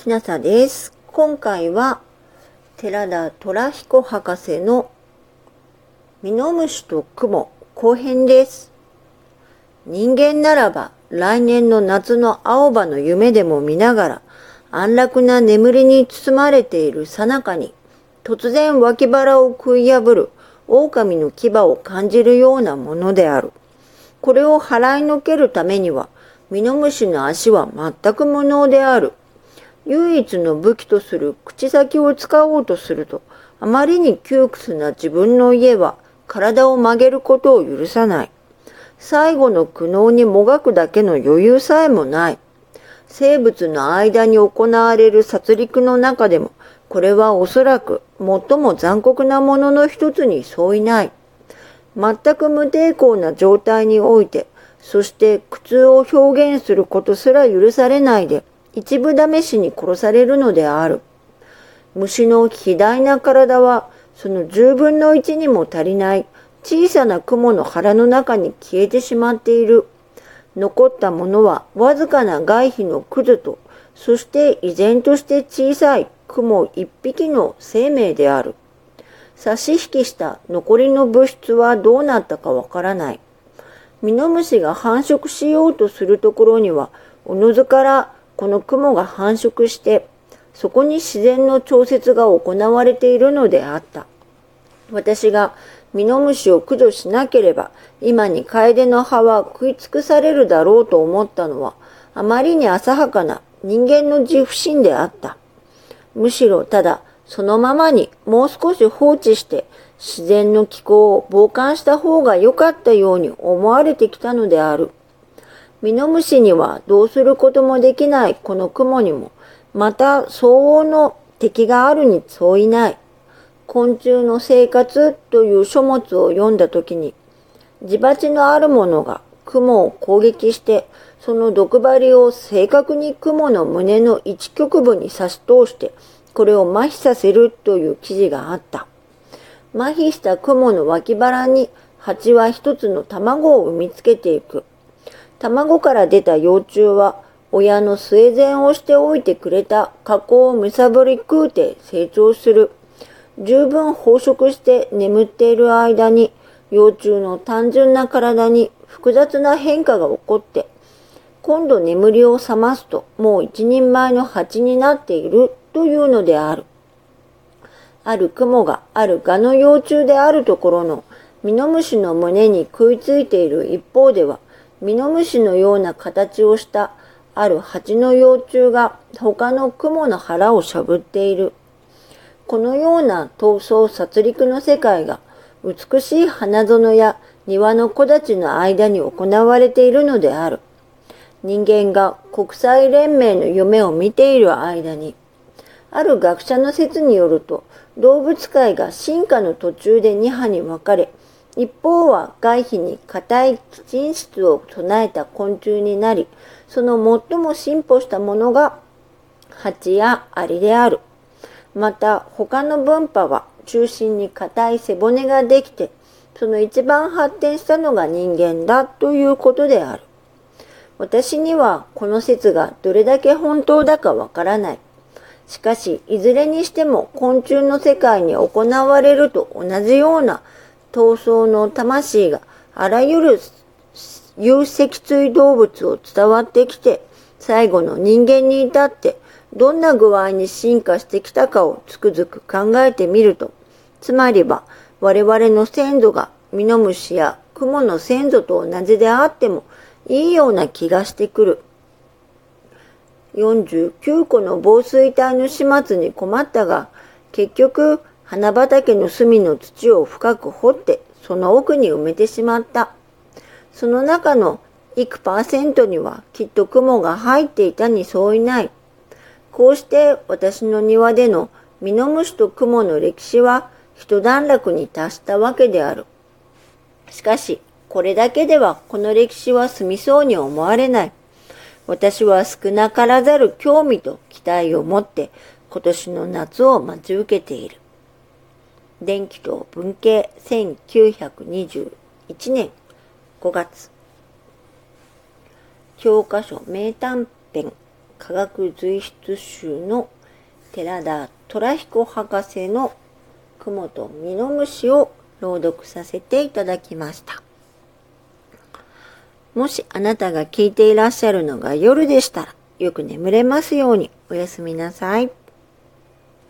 きなさです。今回は寺田虎彦博士のミノムシと雲後編です。人間ならば来年の夏の青葉の夢でも見ながら安楽な眠りに包まれている最中に突然脇腹を食い破る狼の牙を感じるようなものである。これを払いのけるためにはミノムシの足は全く無能である。唯一の武器とする口先を使おうとすると、あまりに窮屈な自分の家は体を曲げることを許さない。最後の苦悩にもがくだけの余裕さえもない。生物の間に行われる殺戮の中でも、これはおそらく最も残酷なものの一つに相違ない。全く無抵抗な状態において、そして苦痛を表現することすら許されないで、一部試しに殺されるのである。虫の肥大な体は、その10分の1にも足りない小さな雲の腹の中に消えてしまっている。残ったものはわずかな外皮のクズと、そして依然として小さい雲一匹の生命である。差し引きした残りの物質はどうなったかわからない。ミノムシが繁殖しようとするところには、おのずからこの雲が繁殖して、そこに自然の調節が行われているのであった。私がミノムシを駆除しなければ、今に楓の葉は食い尽くされるだろうと思ったのは、あまりに浅はかな人間の自負心であった。むしろただ、そのままにもう少し放置して、自然の気候を傍観した方が良かったように思われてきたのである。ミノムシにはどうすることもできないこの雲にも、また相応の敵があるに相違ない。昆虫の生活という書物を読んだときに、自鉢のあるものが雲を攻撃して、その毒針を正確に雲の胸の一極部に差し通して、これを麻痺させるという記事があった。麻痺した雲の脇腹に蜂は一つの卵を産みつけていく。卵から出た幼虫は親の末膳をしておいてくれた加工をむさぼり食うて成長する。十分飽食して眠っている間に幼虫の単純な体に複雑な変化が起こって、今度眠りを覚ますともう一人前の蜂になっているというのである。ある雲がある蛾の幼虫であるところのミノムシの胸に食いついている一方では、ミノムシのような形をしたある蜂の幼虫が他の雲の腹をしゃぶっている。このような闘争殺戮の世界が美しい花園や庭の木立の間に行われているのである。人間が国際連盟の夢を見ている間に、ある学者の説によると、動物界が進化の途中で2派に分かれ、一方は外皮に硬い基質を備えた昆虫になり、その最も進歩したものが蜂やアリである。また他の分派は中心に硬い背骨ができて、その一番発展したのが人間だということである。私にはこの説がどれだけ本当だかわからない。しかし、いずれにしても昆虫の世界に行われると同じような闘争の魂があらゆる有脊椎動物を伝わってきて、最後の人間に至ってどんな具合に進化してきたかをつくづく考えてみると、つまりは我々の先祖がミノムシやクモの先祖と同じであってもいいような気がしてくる。49個の防水帯の始末に困ったが、結局花畑の隅の土を深く掘ってその奥に埋めてしまった。その中の幾%にはきっと雲が入っていたに相違ない。こうして私の庭でのミノムシと雲の歴史は一段落に達したわけである。しかし、これだけではこの歴史は済みそうに思われない。私は少なからざる興味と期待を持って今年の夏を待ち受けている。電気と文系1921年5月。教科書名短編科学随筆集の寺田虎彦博士の雲とミノムシを朗読させていただきました。もしあなたが聞いていらっしゃるのが夜でしたら、よく眠れますようにおやすみなさい。